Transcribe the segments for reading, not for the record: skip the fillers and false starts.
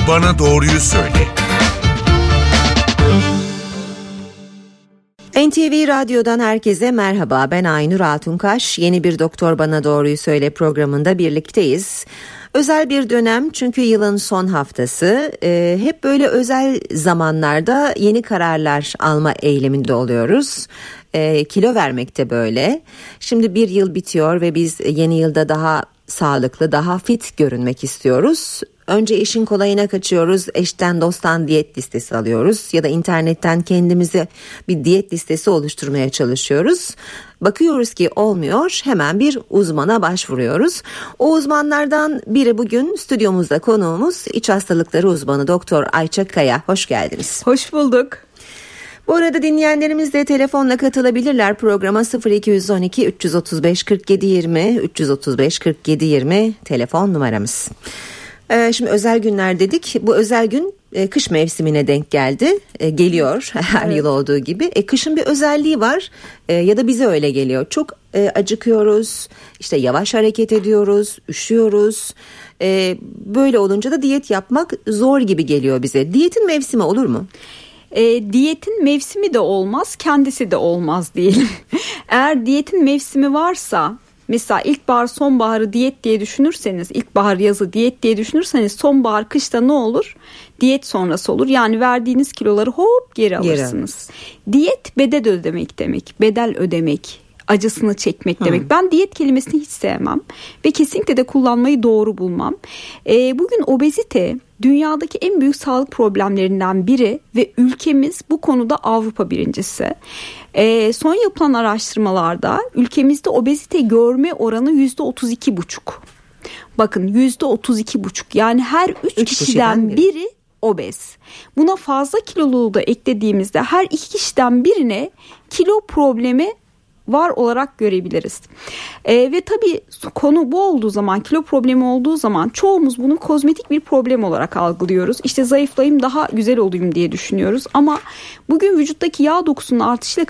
Bana Doğruyu Söyle. NTV Radyo'dan herkese merhaba. Ben Aynur Altunkaş. Yeni bir Doktor Bana Doğruyu Söyle programında birlikteyiz. Özel bir dönem çünkü yılın son haftası. Hep böyle özel zamanlarda yeni kararlar alma eğiliminde oluyoruz. Kilo vermekte böyle. Şimdi bir yıl bitiyor ve biz yeni yılda daha sağlıklı, daha fit görünmek istiyoruz. Önce işin kolayına kaçıyoruz, eşten dosttan diyet listesi alıyoruz ya da internetten kendimize bir diyet listesi oluşturmaya çalışıyoruz. Bakıyoruz ki olmuyor, hemen bir uzmana başvuruyoruz. O uzmanlardan biri bugün stüdyomuzda konuğumuz iç hastalıkları uzmanı Doktor Ayça Kaya. Hoş geldiniz. Hoş bulduk. Bu arada dinleyenlerimiz de telefonla katılabilirler programa. 0212 335 47 20 335 47 20 telefon numaramız. Şimdi özel günler dedik. Bu özel gün kış mevsimine denk geldi. Geliyor her yıl olduğu gibi. Kışın bir özelliği var ya da bize öyle geliyor. Çok acıkıyoruz, işte yavaş hareket ediyoruz, üşüyoruz. Böyle olunca da diyet yapmak zor gibi geliyor bize. Diyetin mevsimi olur mu? Diyetin mevsimi de olmaz, kendisi de olmaz diyelim. Eğer diyetin mevsimi varsa, mesela ilkbahar sonbaharı diyet diye düşünürseniz, ilkbahar yazı diyet diye düşünürseniz, sonbahar kışta ne olur? Diyet sonrası olur. Yani verdiğiniz kiloları hop geri alırsınız. Diyet bedel ödemek demek, bedel ödemek. Acısını çekmek demek. Ben diyet kelimesini hiç sevmem ve kesinlikle de kullanmayı doğru bulmam. Bugün obezite dünyadaki en büyük sağlık problemlerinden biri ve ülkemiz bu konuda Avrupa birincisi. Son yapılan araştırmalarda ülkemizde obezite görme oranı %32,5. Bakın %32,5, yani her 3 kişiden biri obez. Buna fazla kiloluğu da eklediğimizde her 2 kişiden birine kilo problemi var olarak görebiliriz. Ve tabii konu bu olduğu zaman, kilo problemi olduğu zaman çoğumuz bunu kozmetik bir problem olarak algılıyoruz. İşte zayıflayayım, daha güzel olayım diye düşünüyoruz. Ama bugün vücuttaki yağ dokusunun artışıyla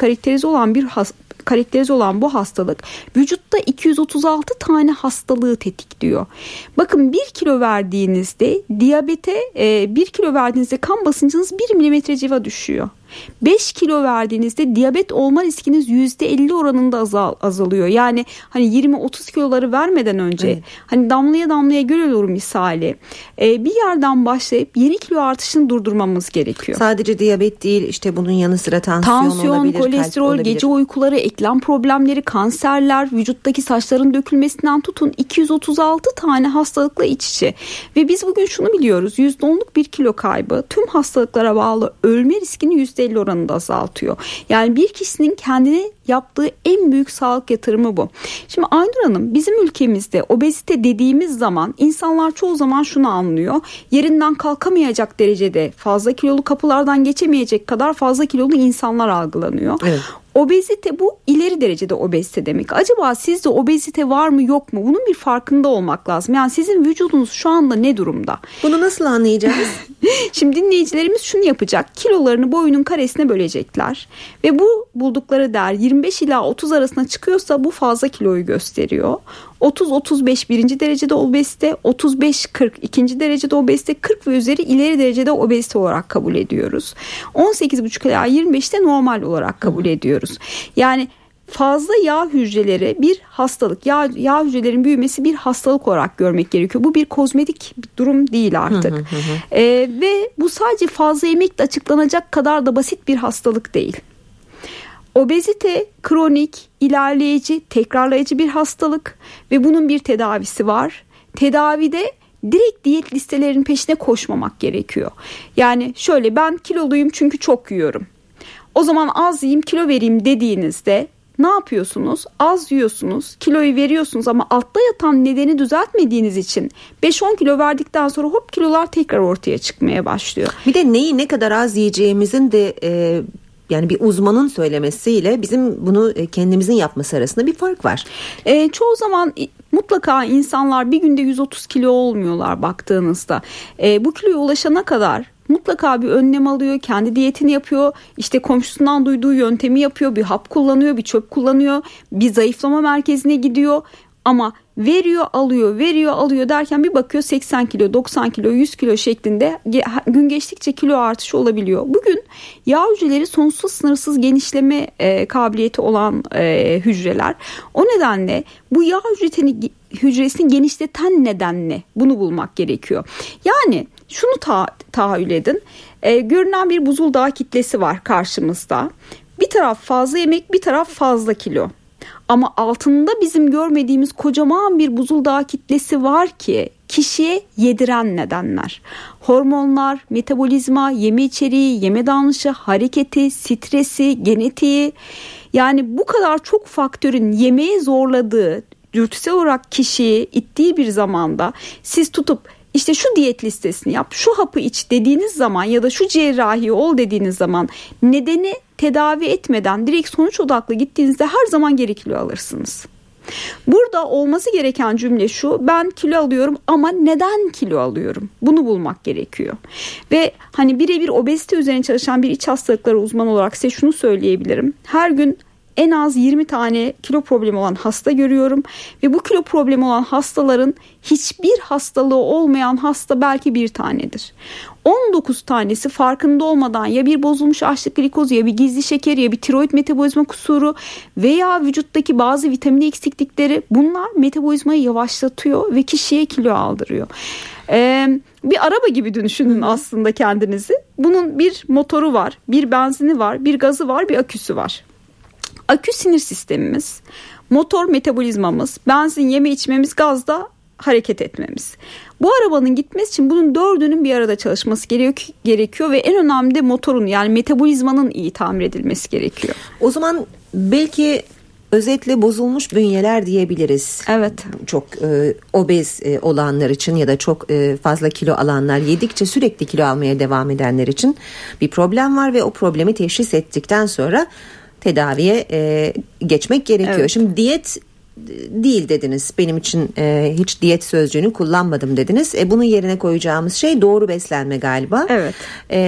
karakterize olan bu hastalık vücutta 236 tane hastalığı tetikliyor. Bakın 1 kilo verdiğinizde diyabete, 1 kilo verdiğinizde kan basıncınız 1 milimetre civa düşüyor. 5 kilo verdiğinizde diyabet olma riskiniz %50 oranında azalıyor. Yani hani 20-30 kiloları vermeden önce hani damlaya damlaya göl olur misali. Bir yerden başlayıp yeni kilo artışını durdurmamız gerekiyor. Sadece diyabet değil, işte bunun yanı sıra tansiyon olabilir, kolesterol, olabilir. Gece uykuları, eklem problemleri, kanserler, vücuttaki saçların dökülmesinden tutun 236 tane hastalıkla iç içe. Ve biz bugün şunu biliyoruz, %10'luk bir kilo kaybı tüm hastalıklara bağlı ölme riskini %50 oranında azaltıyor. Yani bir kişinin kendine yaptığı en büyük sağlık yatırımı bu. Şimdi Aynur Hanım, bizim ülkemizde obezite dediğimiz zaman insanlar çoğu zaman şunu anlıyor. Yerinden kalkamayacak derecede fazla kilolu, kapılardan geçemeyecek kadar fazla kilolu insanlar algılanıyor. Evet. Obezite bu ileri derecede obezite demek. Acaba sizde obezite var mı yok mu? Bunun bir farkında olmak lazım. Yani sizin vücudunuz şu anda ne durumda? Bunu nasıl anlayacağız? Şimdi dinleyicilerimiz şunu yapacak. Kilolarını boyunun karesine bölecekler. Ve bu buldukları değer 25 ila 30 arasına çıkıyorsa bu fazla kiloyu gösteriyor. 30-35 birinci derecede obezite, 35-40 ikinci derecede obezite, 40 ve üzeri ileri derecede obezite olarak kabul ediyoruz. 18,5 ila 25'te normal olarak kabul ediyoruz. Yani fazla yağ hücreleri bir hastalık, yağ hücrelerin büyümesi bir hastalık olarak görmek gerekiyor. Bu bir kozmetik bir durum değil artık. Ve bu sadece fazla yemekle açıklanacak kadar da basit bir hastalık değil. Obezite kronik, ilerleyici, tekrarlayıcı bir hastalık ve bunun bir tedavisi var. Tedavide direkt diyet listelerinin peşine koşmamak gerekiyor. Yani şöyle, ben kiloluyum çünkü çok yiyorum. O zaman az yiyeyim, kilo vereyim dediğinizde ne yapıyorsunuz? Az yiyorsunuz, kiloyu veriyorsunuz ama altta yatan nedeni düzeltmediğiniz için 5-10 kilo verdikten sonra hop kilolar tekrar ortaya çıkmaya başlıyor. Bir de neyi ne kadar az yiyeceğimizin de yani bir uzmanın söylemesiyle bizim bunu kendimizin yapması arasında bir fark var. Çoğu zaman mutlaka insanlar bir günde 130 kilo olmuyorlar baktığınızda. Bu kiloya ulaşana kadar mutlaka bir önlem alıyor, kendi diyetini yapıyor, işte komşusundan duyduğu yöntemi yapıyor, bir hap kullanıyor, bir çöp kullanıyor, bir zayıflama merkezine gidiyor. Ama veriyor alıyor derken bir bakıyor 80 kilo 90 kilo 100 kilo şeklinde gün geçtikçe kilo artışı olabiliyor. Bugün yağ hücreleri sonsuz sınırsız genişleme kabiliyeti olan hücreler. O nedenle bu yağ hücresini genişleten neden ne? Bunu bulmak gerekiyor. Yani şunu tahayyül edin. Görünen bir buzuldağı kitlesi var karşımızda. Bir taraf fazla yemek, bir taraf fazla kilo. Ama altında bizim görmediğimiz kocaman bir buzuldağı kitlesi var ki kişiye yediren nedenler. Hormonlar, metabolizma, yeme içeriği, yeme davranışı, hareketi, stresi, genetiği. Yani bu kadar çok faktörün yemeğe zorladığı, dürtüsel olarak kişiyi ittiği bir zamanda siz tutup İşte şu diyet listesini yap, şu hapı iç dediğiniz zaman ya da şu cerrahi ol dediğiniz zaman nedeni tedavi etmeden direkt sonuç odaklı gittiğinizde her zaman geri kilo alırsınız. Burada olması gereken cümle şu: ben kilo alıyorum ama neden kilo alıyorum? Bunu bulmak gerekiyor. Ve hani birebir obezite üzerine çalışan bir iç hastalıkları uzmanı olarak size şunu söyleyebilirim. Her gün en az 20 tane kilo problemi olan hasta görüyorum ve bu kilo problemi olan hastaların hiçbir hastalığı olmayan hasta belki bir tanedir. 19 tanesi farkında olmadan ya bir bozulmuş açlık glikozu, ya bir gizli şeker, ya bir tiroid metabolizma kusuru veya vücuttaki bazı vitamin eksiklikleri, bunlar metabolizmayı yavaşlatıyor ve kişiye kilo aldırıyor. Bir araba gibi düşünün aslında kendinizi. Bunun bir motoru var, bir benzini var, bir gazı var, bir aküsü var. Akü sinir sistemimiz, motor metabolizmamız, benzin yeme içmemiz, gazda hareket etmemiz. Bu arabanın gitmesi için bunun dördünün bir arada çalışması gerekiyor ve en önemli de motorun, yani metabolizmanın iyi tamir edilmesi gerekiyor. O zaman belki özetle bozulmuş bünyeler diyebiliriz. Evet. Çok obez olanlar için ya da çok fazla kilo alanlar, yedikçe sürekli kilo almaya devam edenler için bir problem var ve o problemi teşhis ettikten sonra tedaviye geçmek gerekiyor. Evet. Şimdi diyet değil dediniz. Benim için hiç diyet sözcüğünü kullanmadım dediniz. Bunun yerine koyacağımız şey doğru beslenme galiba. Evet.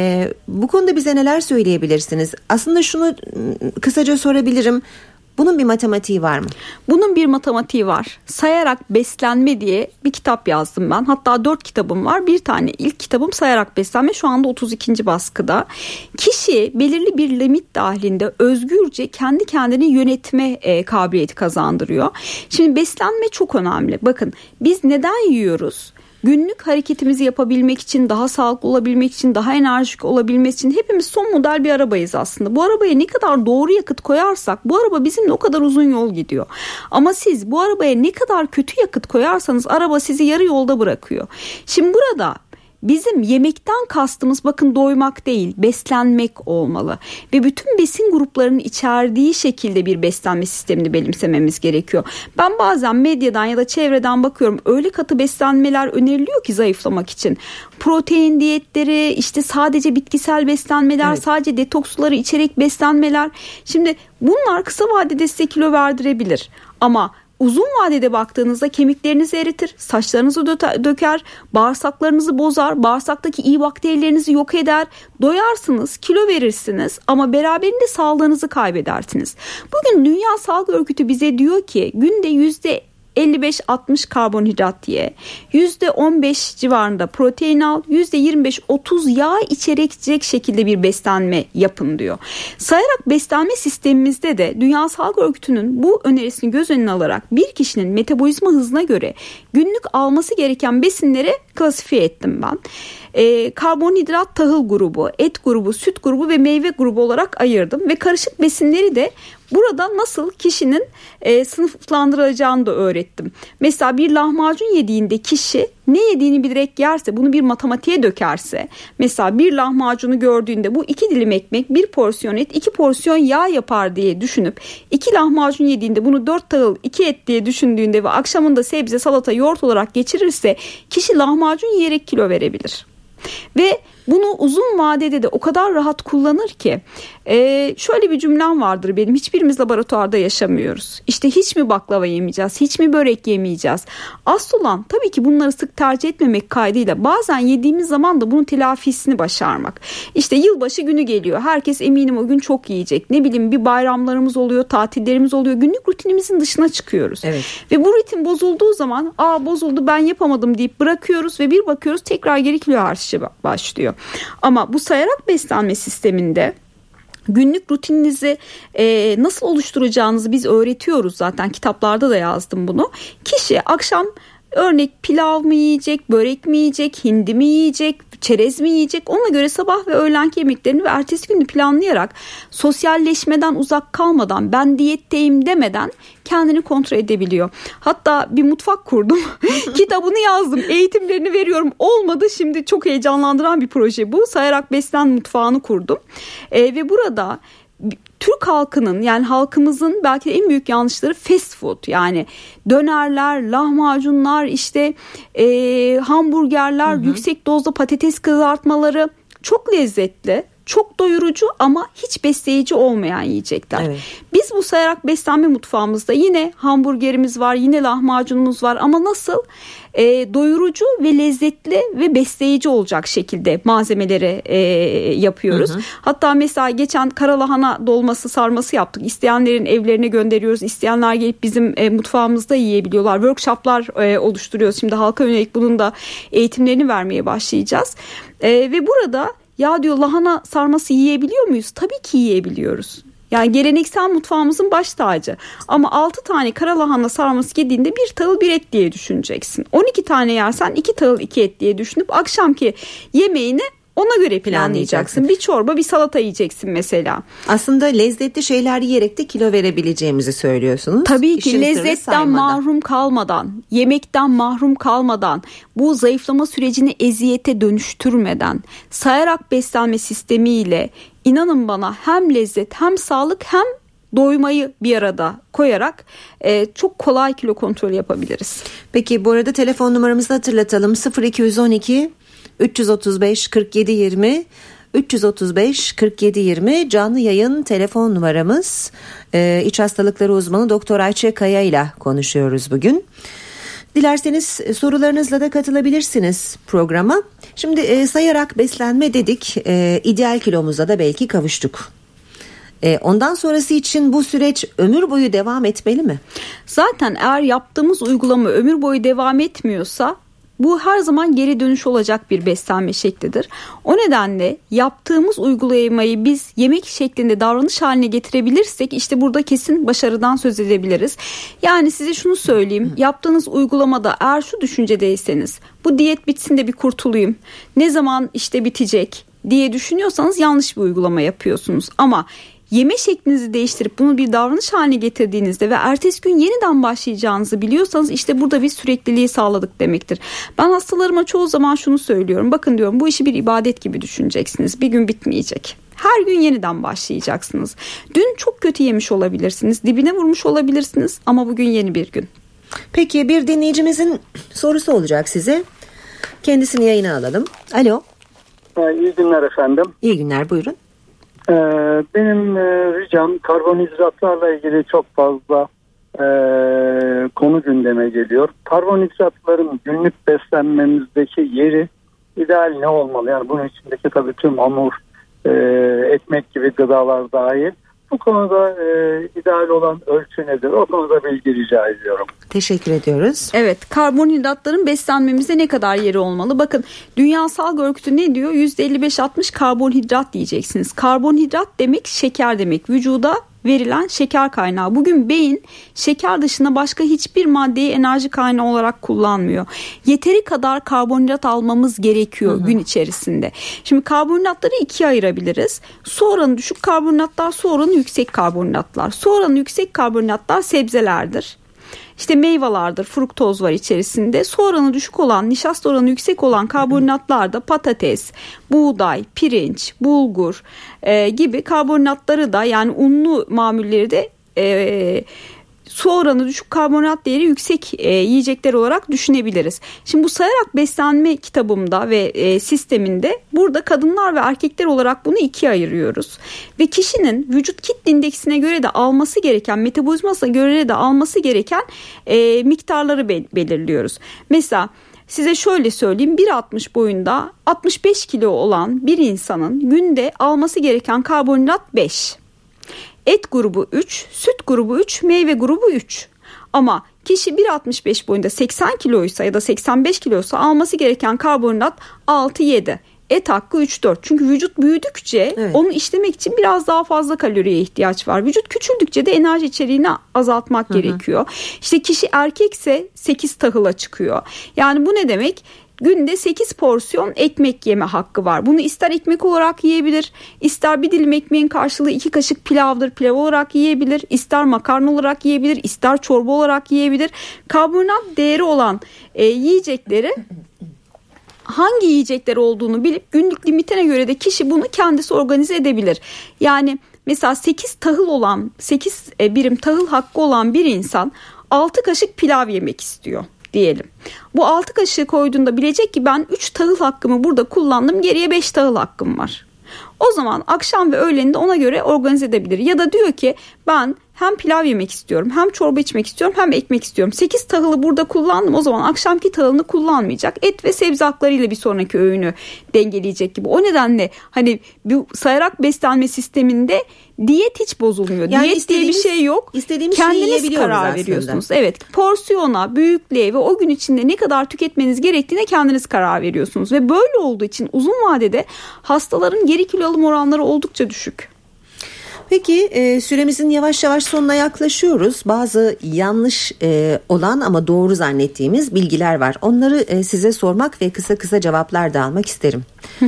Bu konuda bize neler söyleyebilirsiniz? Aslında şunu kısaca sorabilirim. Bunun bir matematiği var mı? Bunun bir matematiği var. Sayarak Beslenme diye bir kitap yazdım ben. Hatta 4 kitabım var. Bir tane ilk kitabım Sayarak Beslenme. Şu anda 32. baskıda. Kişi belirli bir limit dahilinde özgürce kendi kendini yönetme kabiliyeti kazandırıyor. Şimdi beslenme çok önemli. Bakın, biz neden yiyoruz? Günlük hareketimizi yapabilmek için, daha sağlıklı olabilmek için, daha enerjik olabilmek için. Hepimiz son model bir arabayız aslında. Bu arabaya ne kadar doğru yakıt koyarsak bu araba bizimle o kadar uzun yol gidiyor. Ama siz bu arabaya ne kadar kötü yakıt koyarsanız araba sizi yarı yolda bırakıyor. Şimdi burada bizim yemekten kastımız, bakın, doymak değil, beslenmek olmalı. Ve bütün besin gruplarının içerdiği şekilde bir beslenme sistemini benimsememiz gerekiyor. Ben bazen medyadan ya da çevreden bakıyorum, öyle katı beslenmeler öneriliyor ki zayıflamak için. Protein diyetleri, işte sadece bitkisel beslenmeler, evet, sadece detoks suları içerek beslenmeler. Şimdi bunlar kısa vadede size kilo verdirebilir ama uzun vadede baktığınızda kemiklerinizi eritir, saçlarınızı döker, bağırsaklarınızı bozar, bağırsaktaki iyi bakterilerinizi yok eder, doyarsınız, kilo verirsiniz ama beraberinde sağlığınızı kaybedersiniz. Bugün Dünya Sağlık Örgütü bize diyor ki günde %55-60 karbonhidrat ye, %15 civarında protein al, %25-30 yağ içerecek şekilde bir beslenme yapın diyor. Sayarak beslenme sistemimizde de Dünya Sağlık Örgütü'nün bu önerisini göz önüne alarak bir kişinin metabolizma hızına göre günlük alması gereken besinleri klasifiye ettim ben. Karbonhidrat tahıl grubu, et grubu, süt grubu ve meyve grubu olarak ayırdım ve karışık besinleri de burada nasıl kişinin sınıflandırılacağını da öğrettim. Mesela bir lahmacun yediğinde kişi ne yediğini bilerek yerse, bunu bir matematiğe dökerse, mesela bir lahmacunu gördüğünde bu 2 dilim ekmek, 1 porsiyon et, 2 porsiyon yağ yapar diye düşünüp 2 lahmacun yediğinde bunu 4 tahıl, 2 et diye düşündüğünde ve akşamında sebze, salata, yoğurt olarak geçirirse kişi lahmacun yiyerek kilo verebilir. Ve Bunu uzun vadede de o kadar rahat kullanır ki şöyle bir cümlem vardır benim: hiçbirimiz laboratuvarda yaşamıyoruz. İşte hiç mi baklava yemeyeceğiz, hiç mi börek yemeyeceğiz? Asıl olan tabii ki bunları sık tercih etmemek kaydıyla bazen yediğimiz zaman da bunun telafisini başarmak. İşte yılbaşı günü geliyor, herkes eminim o gün çok yiyecek. Ne bileyim, bir bayramlarımız oluyor, tatillerimiz oluyor, günlük rutinimizin dışına çıkıyoruz. Evet. Ve bu ritim bozulduğu zaman bozuldu, ben yapamadım deyip bırakıyoruz ve bir bakıyoruz tekrar geri kilo artışı başlıyor. Ama bu sayarak beslenme sisteminde günlük rutininizi nasıl oluşturacağınızı biz öğretiyoruz zaten, kitaplarda da yazdım bunu. Kişi akşam örnek pilav mı yiyecek, börek mi yiyecek, hindi mi yiyecek, çerez mi yiyecek, ona göre sabah ve öğlenki yemeklerini ve ertesi günü planlayarak sosyalleşmeden uzak kalmadan, ben diyetteyim demeden kendini kontrol edebiliyor. Hatta bir mutfak kurdum. Kitabını yazdım. Eğitimlerini veriyorum. Olmadı. Şimdi çok heyecanlandıran bir proje bu. Sayarak beslen mutfağını kurdum. Ve burada Türk halkının, yani halkımızın belki de en büyük yanlışları fast food. Yani dönerler, lahmacunlar, işte hamburgerler, yüksek dozda patates kızartmaları, çok lezzetli, çok doyurucu ama hiç besleyici olmayan yiyecekler. Evet. Biz bu sayarak beslenme mutfağımızda yine hamburgerimiz var, yine lahmacunumuz var ama nasıl? Doyurucu ve lezzetli ve besleyici olacak şekilde malzemeleri yapıyoruz. Hatta mesela geçen karalahana dolması, sarması yaptık. İsteyenlerin evlerine gönderiyoruz. İsteyenler gelip bizim mutfağımızda yiyebiliyorlar. Workshoplar oluşturuyoruz. Şimdi halka yönelik bunun da eğitimlerini vermeye başlayacağız. Ve burada ya diyor, lahana sarması yiyebiliyor muyuz? Tabii ki yiyebiliyoruz. Yani geleneksel mutfağımızın baş tacı. Ama 6 tane kara lahana sarması yediğinde 1 tahıl 1 et diye düşüneceksin. 12 tane yersen 2 tahıl 2 et diye düşünüp akşamki yemeğini ona göre planlayacaksın. Bir çorba, bir salata yiyeceksin mesela. Aslında lezzetli şeyler yiyerek de kilo verebileceğimizi söylüyorsunuz. Tabii ki lezzetten mahrum kalmadan, yemekten mahrum kalmadan, bu zayıflama sürecini eziyete dönüştürmeden, sayarak beslenme sistemiyle inanın bana hem lezzet hem sağlık hem doymayı bir arada koyarak çok kolay kilo kontrolü yapabiliriz. Peki bu arada telefon numaramızı hatırlatalım: 0212 335 47 20 335 47 20 canlı yayın telefon numaramız. İç hastalıkları uzmanı Doktor Ayça Kaya ile konuşuyoruz bugün. Dilerseniz sorularınızla da katılabilirsiniz programa. Şimdi sayarak beslenme dedik, ideal kilomuza da belki kavuştuk. Ondan sonrası için bu süreç ömür boyu devam etmeli mi? Zaten eğer yaptığımız uygulama ömür boyu devam etmiyorsa bu her zaman geri dönüş olacak bir beslenme şeklidir. O nedenle yaptığımız uygulamayı biz yemek şeklinde davranış haline getirebilirsek işte burada kesin başarıdan söz edebiliriz. Yani size şunu söyleyeyim: yaptığınız uygulamada eğer şu düşüncedeyseniz, bu diyet bitsin de bir kurtulayım, ne zaman işte bitecek diye düşünüyorsanız yanlış bir uygulama yapıyorsunuz. Ama yeme şeklinizi değiştirip bunu bir davranış haline getirdiğinizde ve ertesi gün yeniden başlayacağınızı biliyorsanız işte burada bir sürekliliği sağladık demektir. Ben hastalarıma çoğu zaman şunu söylüyorum: bakın diyorum, bu işi bir ibadet gibi düşüneceksiniz. Bir gün bitmeyecek. Her gün yeniden başlayacaksınız. Dün çok kötü yemiş olabilirsiniz, dibine vurmuş olabilirsiniz ama bugün yeni bir gün. Peki bir dinleyicimizin sorusu olacak size. Kendisini yayına alalım. Alo. İyi günler efendim. İyi günler, buyurun. Benim ricam, karbonhidratlarla ilgili çok fazla konu gündeme geliyor. Karbonhidratların günlük beslenmemizdeki yeri ideal ne olmalı? Yani bunun içindeki tabii tüm hamur, ekmek gibi gıdalar dahil. Bu konuda ideal olan ölçü nedir? O konuda bilgi rica ediyorum. Teşekkür ediyoruz. Evet, karbonhidratların beslenmemizde ne kadar yeri olmalı? Bakın, Dünya Sağlık Örgütü ne diyor? %55-60 karbonhidrat diyeceksiniz. Karbonhidrat demek şeker demek. Vücuda verilen şeker kaynağı. Bugün beyin şeker dışında başka hiçbir maddeyi enerji kaynağı olarak kullanmıyor. Yeteri kadar karbonhidrat almamız gerekiyor gün içerisinde. Şimdi karbonhidratları ikiye ayırabiliriz. Su oranı düşük karbonhidratlar, su oranı yüksek karbonhidratlar. Su oranı yüksek karbonhidratlar sebzelerdir. İşte meyvelerdir, fruktoz var içerisinde. Su oranı düşük olan, nişasta oranı yüksek olan karbonhidratlar da patates, buğday, pirinç, bulgur gibi karbonhidratları da, yani unlu mamulleri de su oranı düşük, karbonhidrat değeri yüksek yiyecekler olarak düşünebiliriz. Şimdi bu sayarak beslenme kitabımda ve sisteminde burada kadınlar ve erkekler olarak bunu ikiye ayırıyoruz. Ve kişinin vücut kitle indeksine göre de alması gereken, metabolizmasına göre de alması gereken miktarları belirliyoruz. Mesela size şöyle söyleyeyim, 1.60 boyunda 65 kilo olan bir insanın günde alması gereken karbonhidrat 5. Et grubu 3, süt grubu 3, meyve grubu 3. Ama kişi 1.65 boyunda 80 kiloysa ya da 85 kiloysa alması gereken karbonhidrat 6-7. Et hakkı 3-4. Çünkü vücut büyüdükçe onu işlemek için biraz daha fazla kaloriye ihtiyaç var. Vücut küçüldükçe de enerji içeriğini azaltmak gerekiyor. İşte kişi erkekse 8 tahıla çıkıyor. Yani bu ne demek? Günde 8 porsiyon ekmek yeme hakkı var. Bunu ister ekmek olarak yiyebilir, ister bir dilim ekmeğin karşılığı 2 kaşık pilavdır, pilav olarak yiyebilir, ister makarna olarak yiyebilir, ister çorba olarak yiyebilir. Karbonhidrat değeri olan yiyecekleri, hangi yiyecekler olduğunu bilip günlük limitine göre de kişi bunu kendisi organize edebilir. Yani mesela 8 tahıl olan, 8 birim tahıl hakkı olan bir insan 6 kaşık pilav yemek istiyor diyelim. Bu 6 kaşığı koyduğunda bilecek ki ben 3 tahıl hakkımı burada kullandım, geriye 5 tahıl hakkım var. O zaman akşam ve öğleninde ona göre organize edebilir. Ya da diyor ki ben hem pilav yemek istiyorum, hem çorba içmek istiyorum, hem ekmek istiyorum. 8 tahılı burada kullandım, o zaman akşamki tahılını kullanmayacak. Et ve sebze haklarıyla bir sonraki öğünü dengeleyecek gibi. O nedenle hani bu sayarak beslenme sisteminde diyet hiç bozulmuyor. Yani diyet diye bir şey yok. Kendiniz karar veriyorsunuz. Evet, porsiyona, büyüklüğe ve o gün içinde ne kadar tüketmeniz gerektiğine kendiniz karar veriyorsunuz. Ve böyle olduğu için uzun vadede hastaların geri kilo alım oranları oldukça düşük. Peki süremizin yavaş yavaş sonuna yaklaşıyoruz. Bazı yanlış olan ama doğru zannettiğimiz bilgiler var. Onları size sormak ve kısa kısa cevaplar da almak isterim.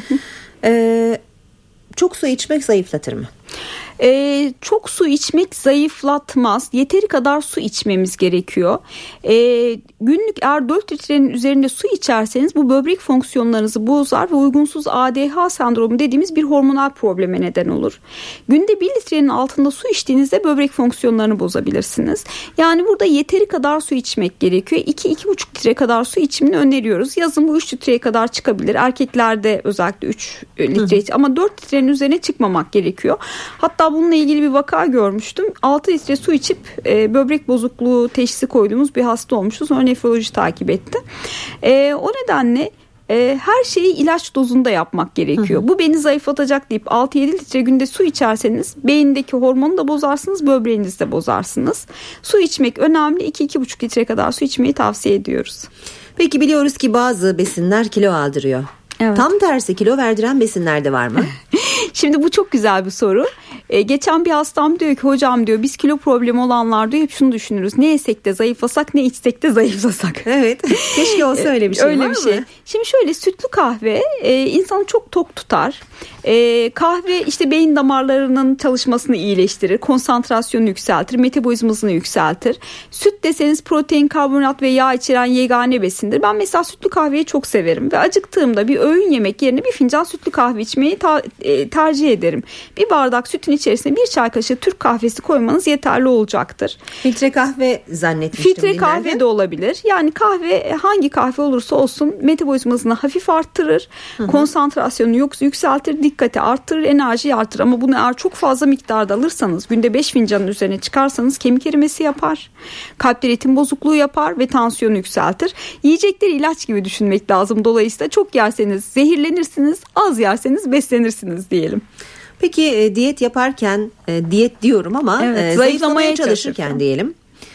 Çok su içmek zayıflatır mı? Çok su içmek zayıflatmaz. Yeteri kadar su içmemiz gerekiyor. Günlük eğer 4 litrenin üzerinde su içerseniz bu böbrek fonksiyonlarınızı bozar ve uygunsuz ADH sendromu dediğimiz bir hormonal probleme neden olur. Günde 1 litrenin altında su içtiğinizde böbrek fonksiyonlarını bozabilirsiniz. Yani burada yeteri kadar su içmek gerekiyor. 2-2,5 litre kadar su içimini öneriyoruz. Yazın bu 3 litreye kadar çıkabilir. Erkeklerde özellikle 3 litre ama 4 litrenin üzerine çıkmamak gerekiyor. Hatta bununla ilgili bir vaka görmüştüm. 6 litre su içip böbrek bozukluğu teşhisi koyduğumuz bir hasta olmuştu. Sonra nefroloji takip etti. O nedenle her şeyi ilaç dozunda yapmak gerekiyor. Bu beni zayıflatacak deyip 6-7 litre günde su içerseniz beyindeki hormonu da bozarsınız, böbreğinizi de bozarsınız. Su içmek önemli. 2-2,5 litre kadar su içmeyi tavsiye ediyoruz. Peki biliyoruz ki bazı besinler kilo aldırıyor. Evet. Tam tersi kilo verdiren besinler de var mı? Şimdi bu çok güzel bir soru. Geçen bir hastam diyor ki hocam diyor biz kilo problemi olanlar diyor hep şunu düşünürüz. Ne yesek de zayıflasak, ne içsek de zayıflasak. Evet. Keşke olsa öyle bir şey. Öyle bir şey. Şimdi şöyle, sütlü kahve insanı çok tok tutar. Kahve işte beyin damarlarının çalışmasını iyileştirir, konsantrasyonu yükseltir, metabolizmasını yükseltir. Süt deseniz protein, karbonhidrat ve yağ içeren yegane besindir. Ben mesela sütlü kahveyi çok severim ve acıktığımda bir öğün yemek yerine bir fincan sütlü kahve içmeyi tercih ederim. Bir bardak sütün içerisine bir çay kaşığı Türk kahvesi koymanız yeterli olacaktır. Filtre kahve zannetmiştim. Filtre kahve de olabilir. Yani kahve, hangi kahve olursa olsun metabolizmasını hafif arttırır, konsantrasyonu yükseltir, dikkati arttırır, enerjiyi arttırır. Ama bunu eğer çok fazla miktarda alırsanız, günde 5 fincanın üzerine çıkarsanız kemik erimesi yapar, kalpte ritim bozukluğu yapar ve tansiyonu yükseltir. Yiyecekleri ilaç gibi düşünmek lazım. Dolayısıyla çok yerseniz zehirlenirsiniz, az yerseniz beslenirsiniz diyelim. Peki diyet yaparken, diyet diyorum ama zayıflamaya çalışırken diyelim.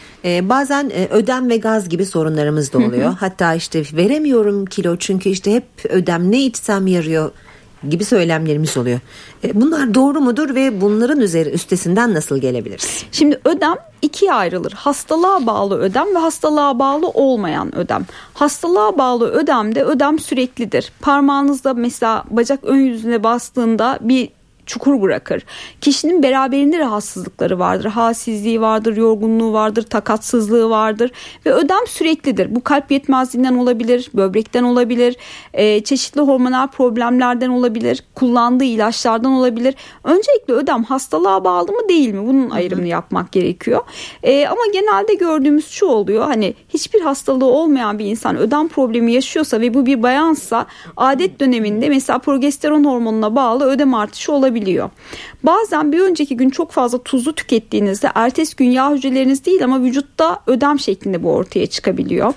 Bazen ödem ve gaz gibi sorunlarımız da oluyor. Hatta işte veremiyorum kilo çünkü işte hep ödem, ne içsem yarıyor gibi söylemlerimiz oluyor. Bunlar doğru mudur ve bunların üstesinden nasıl gelebiliriz? Şimdi ödem ikiye ayrılır. Hastalığa bağlı ödem ve hastalığa bağlı olmayan ödem. Hastalığa bağlı ödemde ödem süreklidir. Parmağınızda mesela bacak ön yüzüne bastığında bir çukur bırakır. Kişinin beraberinde rahatsızlıkları vardır. Halsizliği vardır, yorgunluğu vardır, takatsızlığı vardır ve ödem süreklidir. Bu kalp yetmezliğinden olabilir, böbrekten olabilir, çeşitli hormonal problemlerden olabilir, kullandığı ilaçlardan olabilir. Öncelikle ödem hastalığa bağlı mı değil mi? Bunun ayrımını yapmak gerekiyor. Ama genelde gördüğümüz şu oluyor. Hani hiçbir hastalığı olmayan bir insan ödem problemi yaşıyorsa ve bu bir bayansa adet döneminde mesela progesteron hormonuna bağlı ödem artışı olabiliyor. Bazen bir önceki gün çok fazla tuzlu tükettiğinizde ertesi gün yağ hücreleriniz değil ama vücutta ödem şeklinde bu ortaya çıkabiliyor.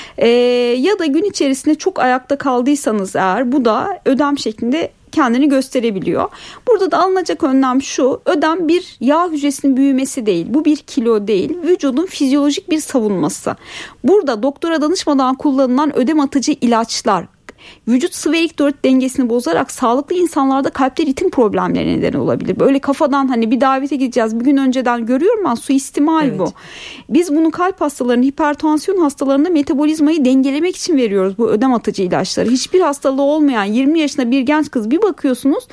Ya da gün içerisinde çok ayakta kaldıysanız eğer bu da ödem şeklinde kendini gösterebiliyor. Burada da alınacak önlem şu: ödem bir yağ hücresinin büyümesi değil, bu bir kilo değil, vücudun fizyolojik bir savunması. Burada doktora danışmadan kullanılan ödem atıcı ilaçlar vücut sıvı elektrolit dengesini bozarak sağlıklı insanlarda kalpte ritim problemleri neden olabilir. Böyle kafadan hani bir davete gideceğiz bir gün önceden görüyorum ben, suistimal evet. Bu. Biz bunu kalp hastalarının, hipertansiyon hastalarında metabolizmayı dengelemek için veriyoruz bu ödem atıcı ilaçları. Hiçbir hastalığı olmayan 20 yaşında bir genç kız bir bakıyorsunuz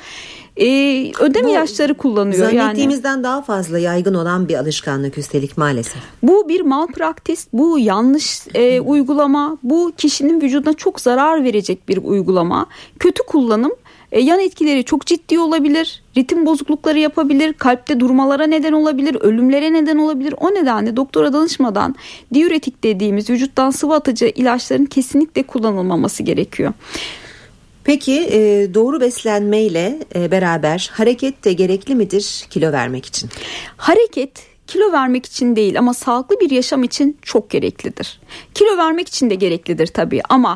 ödem ilaçları kullanıyor. Zannettiğimizden daha fazla yaygın olan bir alışkanlık üstelik maalesef. Bu bir malpraktis, bu yanlış uygulama, bu kişinin vücuduna çok zarar verecek bir uygulama. Kötü kullanım yan etkileri çok ciddi olabilir, ritim bozuklukları yapabilir, kalpte durmalara neden olabilir, ölümlere neden olabilir. O nedenle doktora danışmadan diüretik dediğimiz vücuttan sıvı atıcı ilaçların kesinlikle kullanılmaması gerekiyor. Peki doğru beslenmeyle beraber hareket de gerekli midir kilo vermek için? Hareket kilo vermek için değil ama sağlıklı bir yaşam için çok gereklidir. Kilo vermek için de gereklidir tabii ama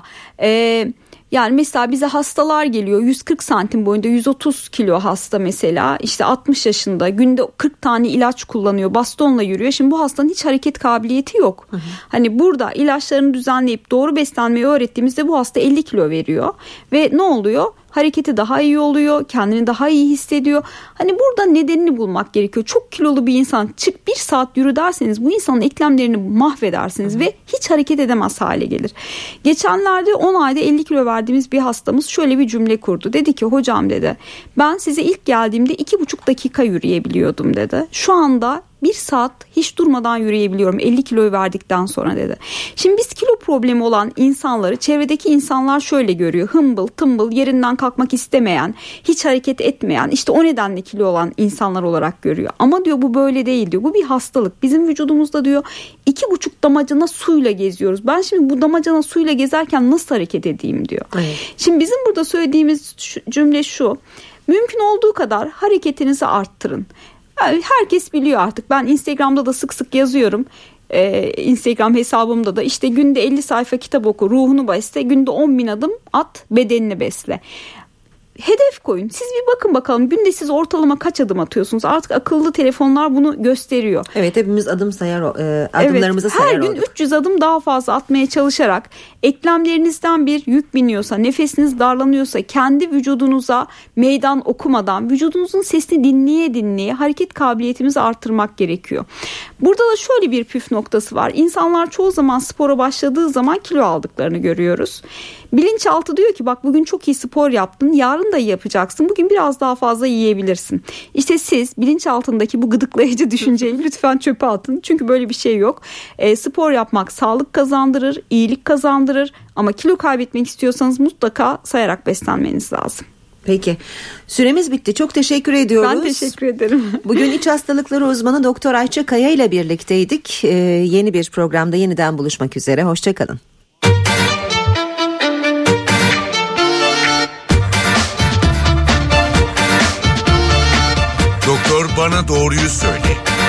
yani mesela bize hastalar geliyor 140 santim boyunda 130 kilo hasta mesela işte 60 yaşında günde 40 tane ilaç kullanıyor, bastonla yürüyor. Şimdi bu hastanın hiç hareket kabiliyeti yok. Hı hı. Hani burada ilaçlarını düzenleyip doğru beslenmeyi öğrettiğimizde bu hasta 50 kilo veriyor ve ne oluyor? Hareketi daha iyi oluyor, kendini daha iyi hissediyor. Hani burada nedenini bulmak gerekiyor. Çok kilolu bir insan çık 1 saat yürü derseniz bu insanın eklemlerini mahvedersiniz ve hiç hareket edemez hale gelir. Geçenlerde 10 ayda 50 kilo verdiğimiz bir hastamız şöyle bir cümle kurdu. Dedi ki hocam dedi, ben size ilk geldiğimde 2,5 dakika yürüyebiliyordum dedi. Şu anda 1 saat hiç durmadan yürüyebiliyorum 50 kiloyu verdikten sonra dedi. Şimdi biz kilo problemi olan insanları çevredeki insanlar şöyle görüyor. Hımbıl tımbıl, yerinden kalkmak istemeyen, hiç hareket etmeyen, işte o nedenle kilo olan insanlar olarak görüyor. Ama diyor bu böyle değil diyor. Bu bir hastalık. Bizim vücudumuzda diyor 2,5 damacana suyla geziyoruz. Ben şimdi bu damacana suyla gezerken nasıl hareket edeyim diyor. Evet. Şimdi bizim burada söylediğimiz cümle şu: mümkün olduğu kadar hareketinizi arttırın. Herkes biliyor artık. Ben Instagram'da da sık sık yazıyorum. Instagram hesabımda da işte günde 50 sayfa kitap oku, ruhunu besle, günde 10.000 adım at, bedenini besle. Hedef koyun. Siz bir bakın bakalım günde siz ortalama kaç adım atıyorsunuz? Artık akıllı telefonlar bunu gösteriyor. Evet, hepimiz adım sayar, adımlarımızı sayar olduk. Her gün 300 adım daha fazla atmaya çalışarak eklemlerinizden bir yük biniyorsa, nefesiniz darlanıyorsa, kendi vücudunuza meydan okumadan vücudunuzun sesini dinleye dinleye hareket kabiliyetimizi artırmak gerekiyor. Burada da şöyle bir püf noktası var. İnsanlar çoğu zaman spora başladığı zaman kilo aldıklarını görüyoruz. Bilinçaltı diyor ki bak bugün çok iyi spor yaptın, yarın da yapacaksın, bugün biraz daha fazla yiyebilirsin. İşte siz bilinçaltındaki bu gıdıklayıcı düşünceyi lütfen çöpe atın. Çünkü böyle bir şey yok. Spor yapmak sağlık kazandırır, iyilik kazandırır ama kilo kaybetmek istiyorsanız mutlaka sayarak beslenmeniz lazım. Peki, süremiz bitti. Çok teşekkür ediyoruz. Ben teşekkür ederim. Bugün iç hastalıkları uzmanı Doktor Ayça Kaya ile birlikteydik. Yeni bir programda yeniden buluşmak üzere. Hoşçakalın. Doktor Bana Doğruyu Söyle.